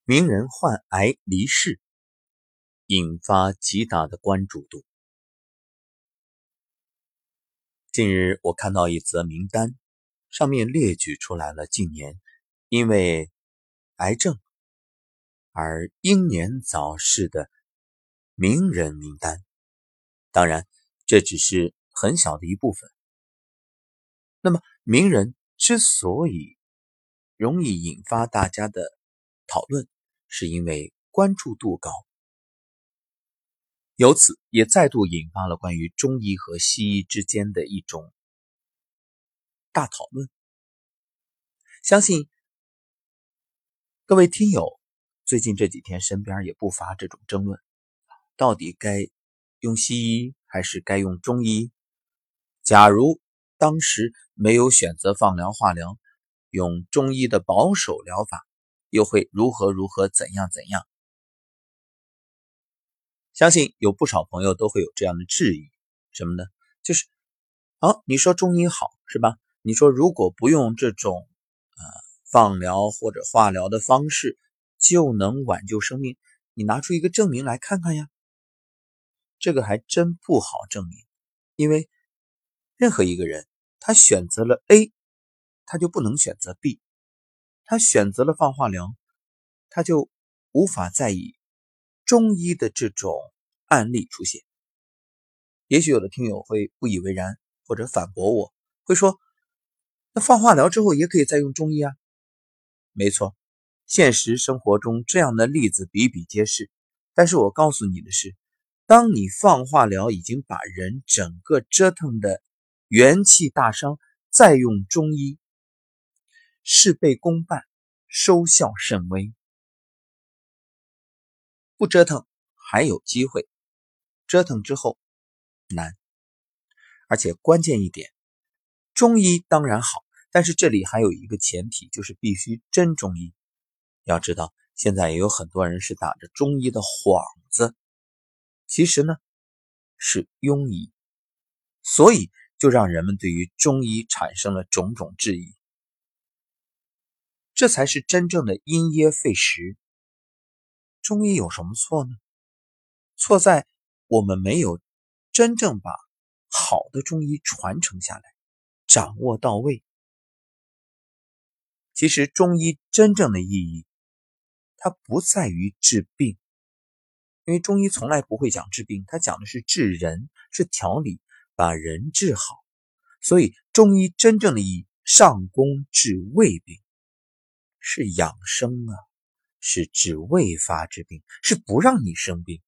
名人患癌离世，引发极大的关注度。近日我看到一则名单，上面列举出来了近年因为癌症而英年早逝的名人名单。当然，这只是很小的一部分。那么，名人之所以容易引发大家的讨论，是因为关注度高，由此也再度引发了关于中医和西医之间的一种大讨论。相信各位听友最近这几天身边也不乏这种争论，到底该用西医还是该用中医？假如当时没有选择放疗化疗，用中医的保守疗法，又会如何怎样。相信有不少朋友都会有这样的质疑，什么呢？就是你说中医好是吧？你说如果不用这种放疗或者化疗的方式就能挽救生命，你拿出一个证明来看看呀。这个还真不好证明，因为任何一个人他选择了 A， 他就不能选择 B， 他选择了放化疗，他就无法再以中医的这种案例出现。也许有的听友会不以为然，或者反驳我，会说那放化疗之后也可以再用中医啊。没错，现实生活中这样的例子比比皆是，但是我告诉你的是，当你放化疗已经把人整个折腾的元气大伤，再用中医，事倍功半，收效甚微。不折腾还有机会，折腾之后难。而且关键一点，中医当然好，但是这里还有一个前提，就是必须真中医。要知道现在也有很多人是打着中医的幌子，其实呢是庸医，所以就让人们对于中医产生了种种质疑。这才是真正的因噎废食。中医有什么错呢？错在我们没有真正把好的中医传承下来，掌握到位。其实中医真正的意义，它不在于治病，因为中医从来不会讲治病，它讲的是治人，是调理，把人治好。所以中医真正的意义，上工治未病，是养生啊，是治未发之病，是不让你生病。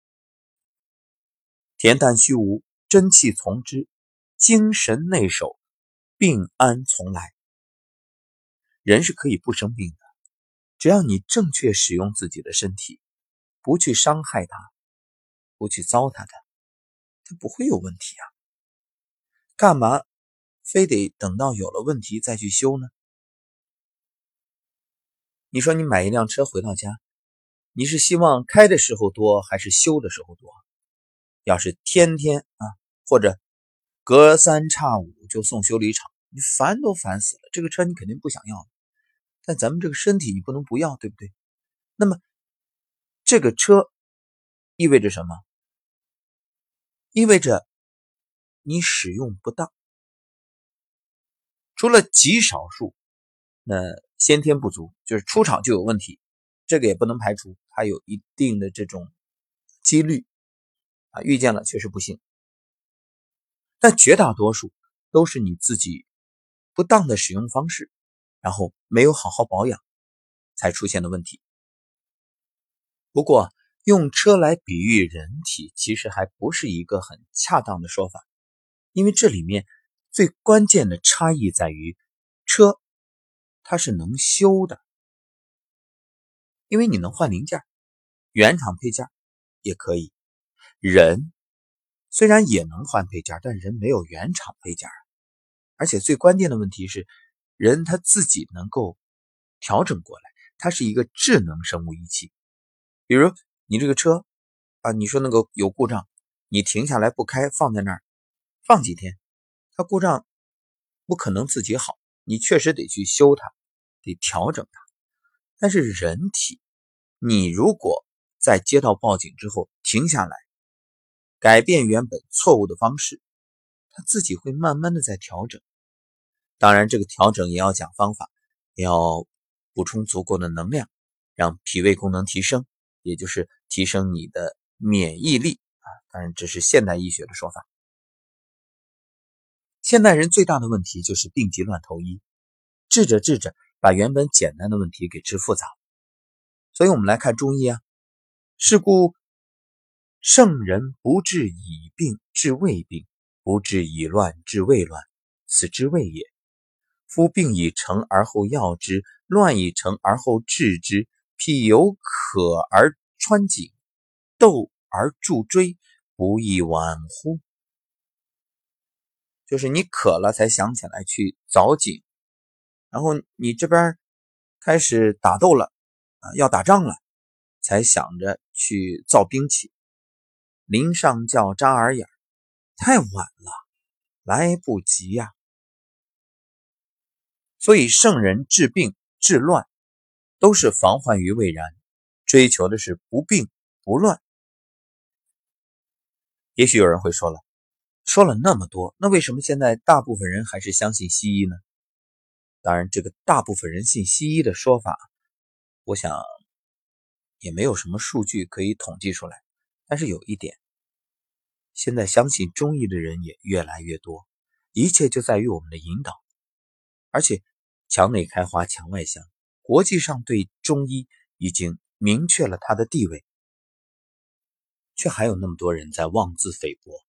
恬淡虚无，真气从之，精神内守，病安从来。人是可以不生病的，只要你正确使用自己的身体，不去伤害它，不去糟蹋它，它不会有问题啊。干嘛非得等到有了问题再去修呢？你说你买一辆车回到家，你是希望开的时候多还是修的时候多？要是天天或者隔三差五就送修理厂，你烦都烦死了，这个车你肯定不想要，但咱们这个身体你不能不要，对不对？那么这个车意味着什么？意味着你使用不当。除了极少数那先天不足，就是出厂就有问题，这个也不能排除，它有一定的这种几率遇见了确实不幸。但绝大多数都是你自己不当的使用方式，然后没有好好保养才出现的问题。不过用车来比喻人体其实还不是一个很恰当的说法，因为这里面最关键的差异在于，车它是能修的，因为你能换零件，原厂配件也可以。人虽然也能换配件，但人没有原厂配件，而且最关键的问题是，人他自己能够调整过来，它是一个智能生物仪器。比如你这个车你说那个有故障，你停下来不开，放在那儿放几天，它故障不可能自己好，你确实得去修它，得调整它。但是人体你如果在接到报警之后停下来，改变原本错误的方式，它自己会慢慢的在调整。当然这个调整也要讲方法，也要补充足够的能量，让脾胃功能提升，也就是提升你的免疫力当然这是现代医学的说法。现代人最大的问题就是病急乱投医，治着治着把原本简单的问题给治复杂。所以我们来看中医是故圣人不治已病治未病，不治已乱治未乱，此之谓也。夫病已成而后药之，乱已成而后治之，譬有渴而穿井，斗而助锥，不亦晚乎？就是你渴了才想起来去凿井，然后你这边开始打斗了要打仗了，才想着去造兵器，临上叫扎耳眼，太晚了，来不及呀。所以圣人治病治乱都是防患于未然，追求的是不病不乱。也许有人会说了那么多，那为什么现在大部分人还是相信西医呢？当然这个大部分人信西医的说法，我想也没有什么数据可以统计出来，但是有一点，现在相信中医的人也越来越多，一切就在于我们的引导。而且墙内开花墙外香，国际上对中医已经明确了它的地位，却还有那么多人在妄自菲薄。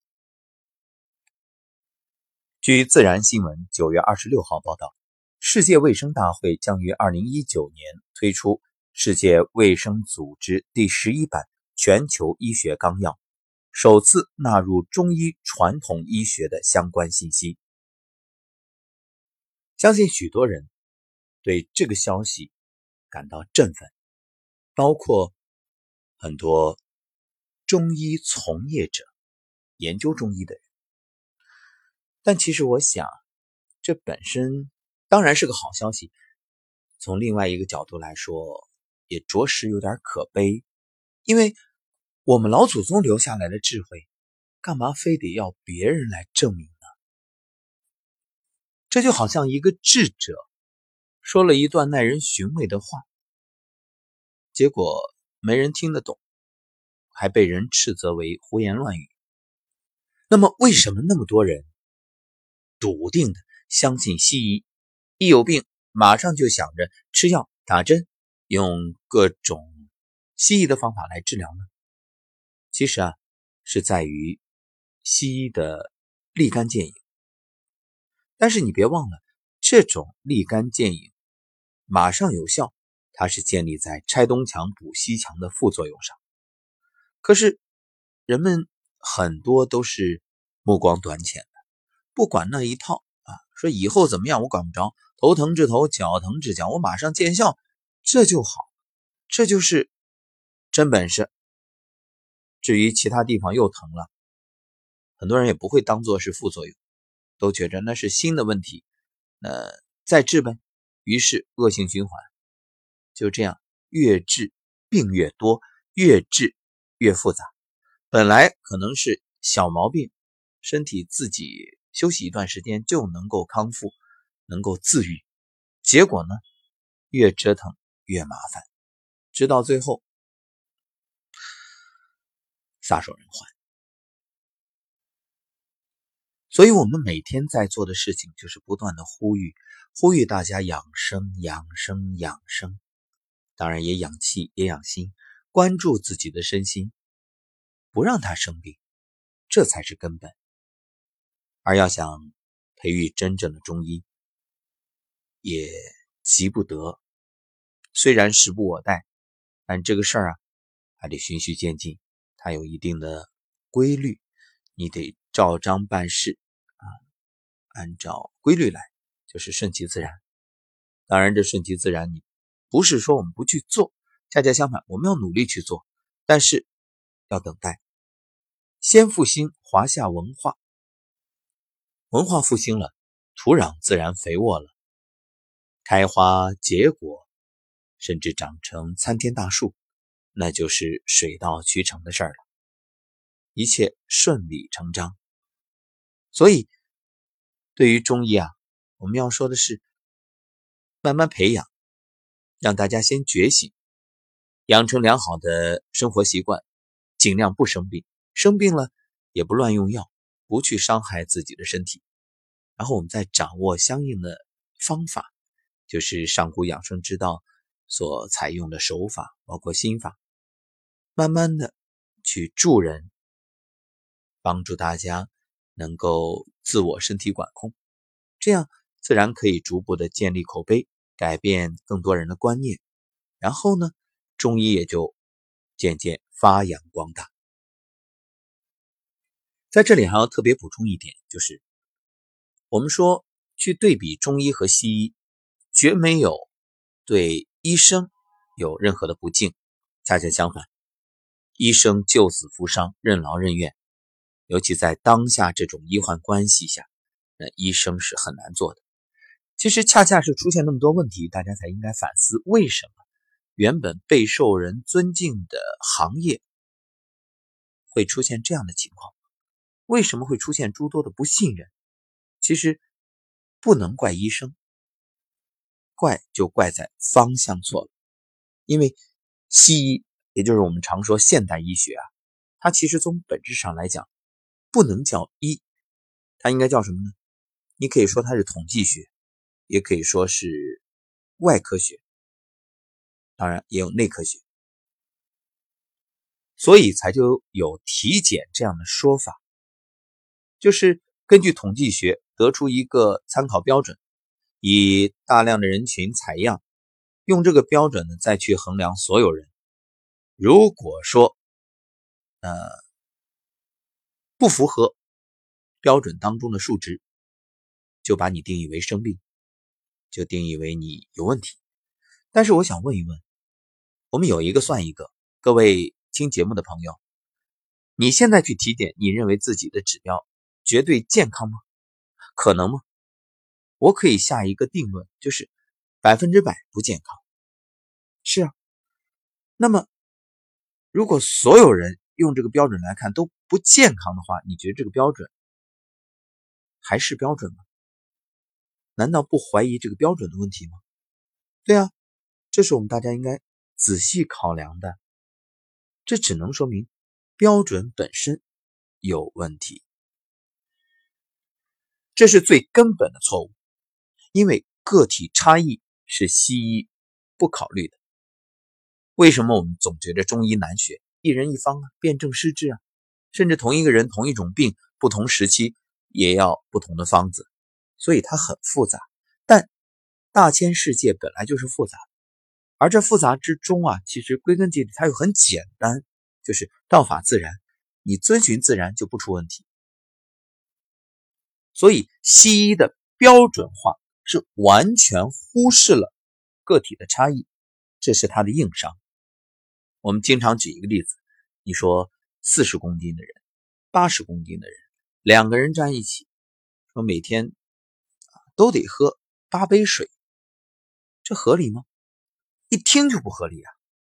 据自然新闻9月26号报道，世界卫生大会将于2019年推出世界卫生组织第11版全球医学纲要，首次纳入中医传统医学的相关信息。相信许多人对这个消息感到振奋，包括很多中医从业者，研究中医的人。但其实我想，这本身当然是个好消息，从另外一个角度来说，也着实有点可悲，因为我们老祖宗留下来的智慧，干嘛非得要别人来证明呢？这就好像一个智者说了一段耐人寻味的话，结果没人听得懂，还被人斥责为胡言乱语。那么为什么那么多人笃定的相信西医，一有病马上就想着吃药打针，用各种西医的方法来治疗呢？其实是在于西医的立竿见影。但是你别忘了，这种立竿见影马上有效，它是建立在拆东墙补西墙的副作用上。可是人们很多都是目光短浅的，不管那一套说以后怎么样我管不着，头疼治头，脚疼治脚，我马上见效，这就好，这就是真本事。至于其他地方又疼了，很多人也不会当作是副作用，都觉着那是新的问题，再治呗。于是恶性循环，就这样越治病越多，越治越复杂。本来可能是小毛病，身体自己休息一段时间就能够康复，能够自愈，结果呢，越折腾越麻烦，直到最后撒手人寰。所以我们每天在做的事情就是不断的呼吁大家养生养生养生，当然也养气也养心，关注自己的身心，不让它生病，这才是根本。而要想培育真正的中医，也急不得，虽然时不我待，但这个事儿还得循序渐进，它有一定的规律，你得照章办事按照规律来，就是顺其自然。当然这顺其自然，你不是说我们不去做，恰恰相反，我们要努力去做，但是要等待。先复兴华夏文化，文化复兴了，土壤自然肥沃了，开花结果，甚至长成参天大树， 那就是水到渠成的事儿了，一切顺理成章。所以对于中医啊，我们要说的是慢慢培养，让大家先觉醒，养成良好的生活习惯，尽量不生病，生病了也不乱用药，不去伤害自己的身体，然后我们再掌握相应的方法，就是上古养生之道所采用的手法，包括心法，慢慢的去助人，帮助大家能够自我身体管控，这样自然可以逐步的建立口碑，改变更多人的观念，然后呢，中医也就渐渐发扬光大。在这里还要特别补充一点，就是我们说去对比中医和西医，绝没有对医生有任何的不敬，恰恰相反，医生救死扶伤，任劳任怨，尤其在当下这种医患关系下，那医生是很难做的。其实恰恰是出现那么多问题，大家才应该反思，为什么原本备受人尊敬的行业会出现这样的情况？为什么会出现诸多的不信任？其实不能怪医生，怪就怪在方向错了。因为西医，也就是我们常说现代医学啊，它其实从本质上来讲不能叫医，它应该叫什么呢？你可以说它是统计学，也可以说是外科学，当然也有内科学，所以才就有体检这样的说法，就是根据统计学得出一个参考标准，以大量的人群采样，用这个标准呢再去衡量所有人。如果说不符合标准当中的数值，就把你定义为生病，就定义为你有问题。但是我想问一问，我们有一个算一个，各位听节目的朋友，你现在去体检，你认为自己的指标绝对健康吗？可能吗？我可以下一个定论，就是100%不健康。是啊，那么如果所有人用这个标准来看都不健康的话，你觉得这个标准还是标准吗？难道不怀疑这个标准的问题吗？对啊，这是我们大家应该仔细考量的。这只能说明标准本身有问题，这是最根本的错误。因为个体差异是西医不考虑的。为什么我们总觉得中医难学？一人一方啊，辩证施治啊，甚至同一个人同一种病，不同时期也要不同的方子，所以它很复杂。但大千世界本来就是复杂的，而这复杂之中啊，其实归根结底它又很简单，就是道法自然，你遵循自然就不出问题。所以西医的标准化是完全忽视了个体的差异，这是它的硬伤。我们经常举一个例子，你说40公斤的人80公斤的人，两个人站一起，说每天都得喝8杯水，这合理吗？一听就不合理啊。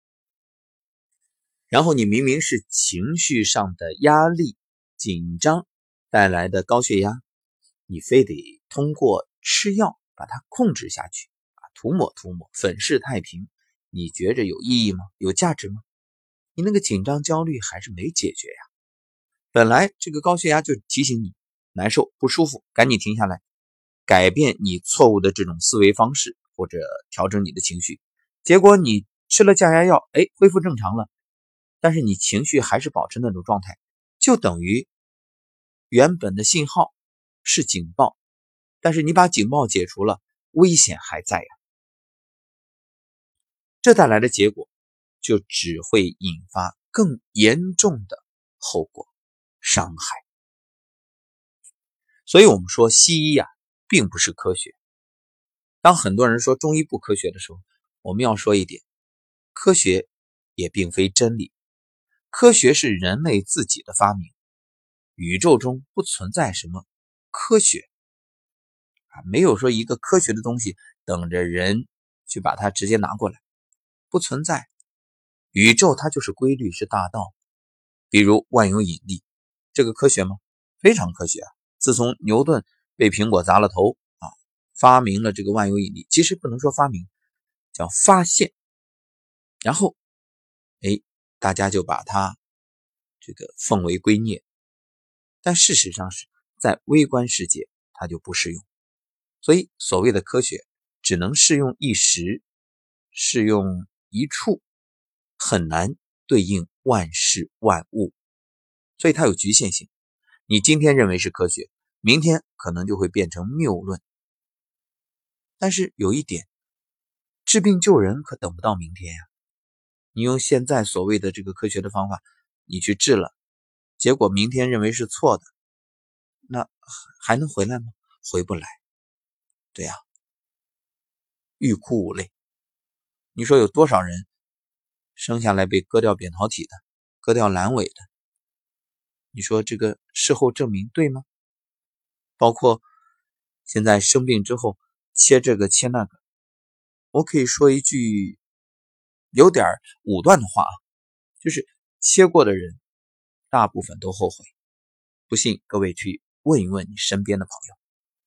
然后你明明是情绪上的压力紧张带来的高血压，你非得通过吃药把它控制下去，涂抹涂抹，粉饰太平，你觉着有意义吗？有价值吗？你那个紧张焦虑还是没解决呀。本来这个高血压就提醒你难受不舒服，赶紧停下来，改变你错误的这种思维方式，或者调整你的情绪。结果你吃了降压药，恢复正常了，但是你情绪还是保持那种状态，就等于原本的信号是警报，但是你把警报解除了，危险还在呀。这带来的结果就只会引发更严重的后果，伤害。所以我们说西医啊，并不是科学。当很多人说中医不科学的时候，我们要说一点，科学也并非真理，科学是人类自己的发明，宇宙中不存在什么科学没有说一个科学的东西等着人去把它直接拿过来，不存在。 宇宙它就是规律，是大道。比如万有引力，这个科学吗？非常科学啊！自从牛顿被苹果砸了头发明了这个万有引力，其实不能说发明，叫发现。然后大家就把它这个奉为圭臬。但事实上是在微观世界它就不适用。所以所谓的科学只能适用一时，适用一处，很难对应万事万物，所以它有局限性。你今天认为是科学，明天可能就会变成谬论。但是有一点，治病救人可等不到明天呀。你用现在所谓的这个科学的方法，你去治了，结果明天认为是错的，那还能回来吗？回不来。对呀，欲哭无泪。你说有多少人生下来被割掉扁桃体的，割掉阑尾的？你说这个事后证明对吗？包括现在生病之后切这个切那个，我可以说一句有点武断的话，就是切过的人大部分都后悔。不信各位去问一问你身边的朋友。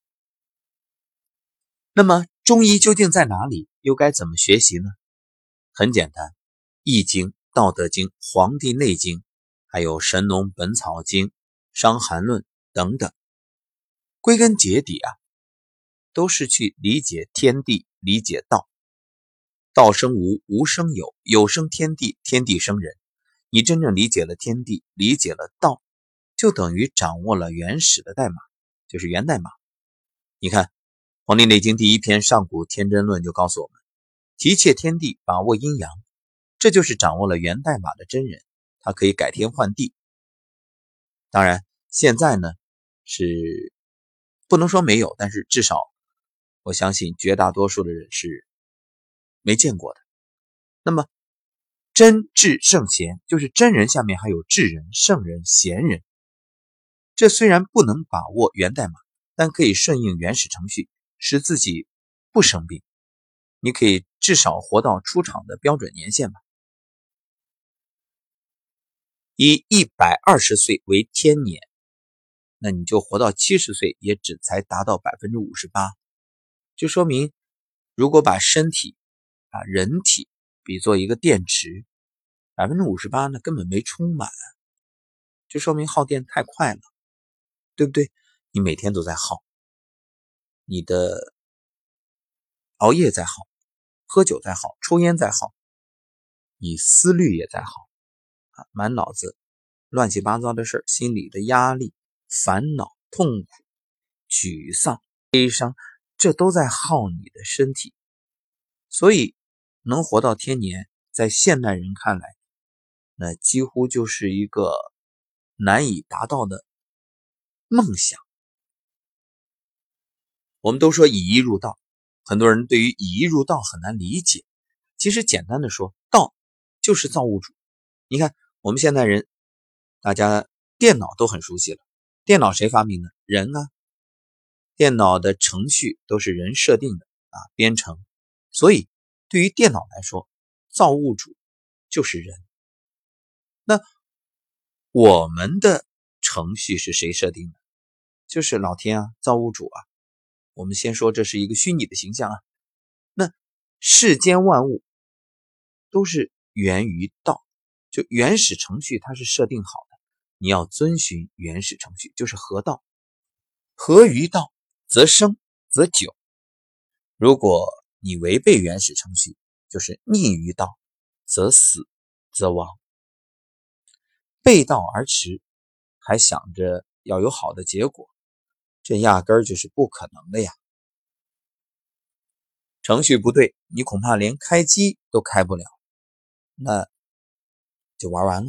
那么中医究竟在哪里？又该怎么学习呢？很简单，《易经》、《道德经》、《黄帝内经》，还有《神农本草经》、《伤寒论》等等，归根结底都是去理解天地，理解道。道生无，无生有，有生天地，天地生人。你真正理解了天地，理解了道，就等于掌握了原始的代码，就是源代码。你看《黄帝内经》第一篇《上古天真论》就告诉我们，提切天地，把握阴阳，这就是掌握了源代码的真人，他可以改天换地。当然现在呢是不能说没有，但是至少我相信绝大多数的人是没见过的。那么真智圣贤，就是真人下面还有智人、圣人、贤人，这虽然不能把握源代码，但可以顺应原始程序，使自己不生病。你可以至少活到出厂的标准年限吧。以120岁为天年，那你就活到70岁也只才达到 58%， 就说明如果把身体人体比作一个电池， 58% 那根本没充满，就说明耗电太快了，对不对？你每天都在耗，你的熬夜在耗，喝酒在耗，抽烟在耗，你思虑也在耗满脑子乱七八糟的事，心里的压力、烦恼、痛苦、沮丧、悲伤，这都在耗你的身体。所以能活到天年，在现代人看来，那几乎就是一个难以达到的梦想。我们都说以一入道，很多人对于以一入道很难理解。其实简单的说，道就是造物主。你看我们现代人，大家电脑都很熟悉了，电脑谁发明的？人啊。电脑的程序都是人设定的编程。所以对于电脑来说，造物主就是人。那我们的程序是谁设定的？就是老天造物主我们先说这是一个虚拟的形象那世间万物都是源于道，就原始程序它是设定好的，你要遵循原始程序，就是合道。合于道则生则久，如果你违背原始程序，就是逆于道，则死则亡。背道而驰，还想着要有好的结果，这压根儿就是不可能的呀。程序不对，你恐怕连开机都开不了，那就玩完了。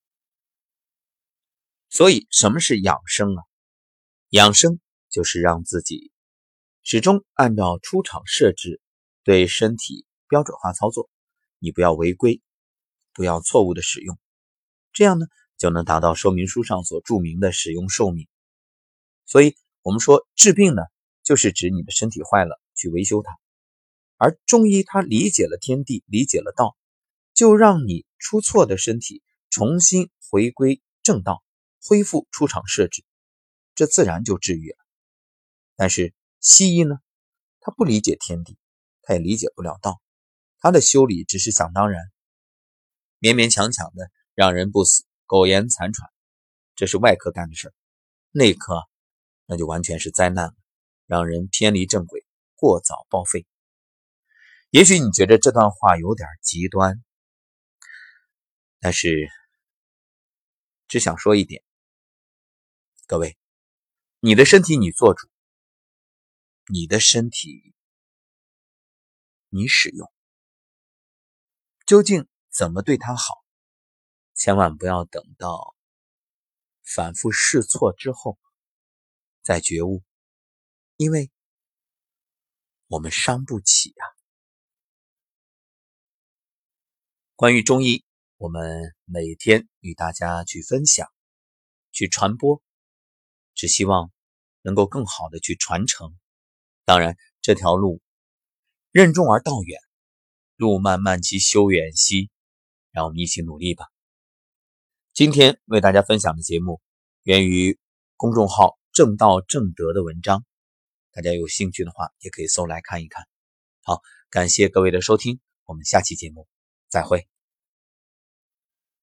所以什么是养生养生就是让自己始终按照出厂设置对身体标准化操作，你不要违规，不要错误的使用，这样呢就能达到说明书上所注明的使用寿命。所以我们说治病呢，就是指你的身体坏了去维修它，而中医它理解了天地，理解了道，就让你出错的身体重新回归正道，恢复出厂设置，这自然就治愈了。但是西医呢，他不理解天地，他也理解不了道，他的修理只是想当然，勉勉强强的让人不死，苟延残喘，这是外科干的事儿。内科那就完全是灾难了，让人偏离正轨，过早报废。也许你觉得这段话有点极端，但是只想说一点，各位，你的身体你做主，你的身体你使用，究竟怎么对它好，千万不要等到反复试错之后再觉悟，因为我们伤不起啊。关于中医，我们每天与大家去分享，去传播，只希望能够更好的去传承。当然，这条路任重而道远，路漫漫其修远兮，让我们一起努力吧。今天为大家分享的节目源于公众号正道正德的文章，大家有兴趣的话也可以搜来看一看。好，感谢各位的收听，我们下期节目再会。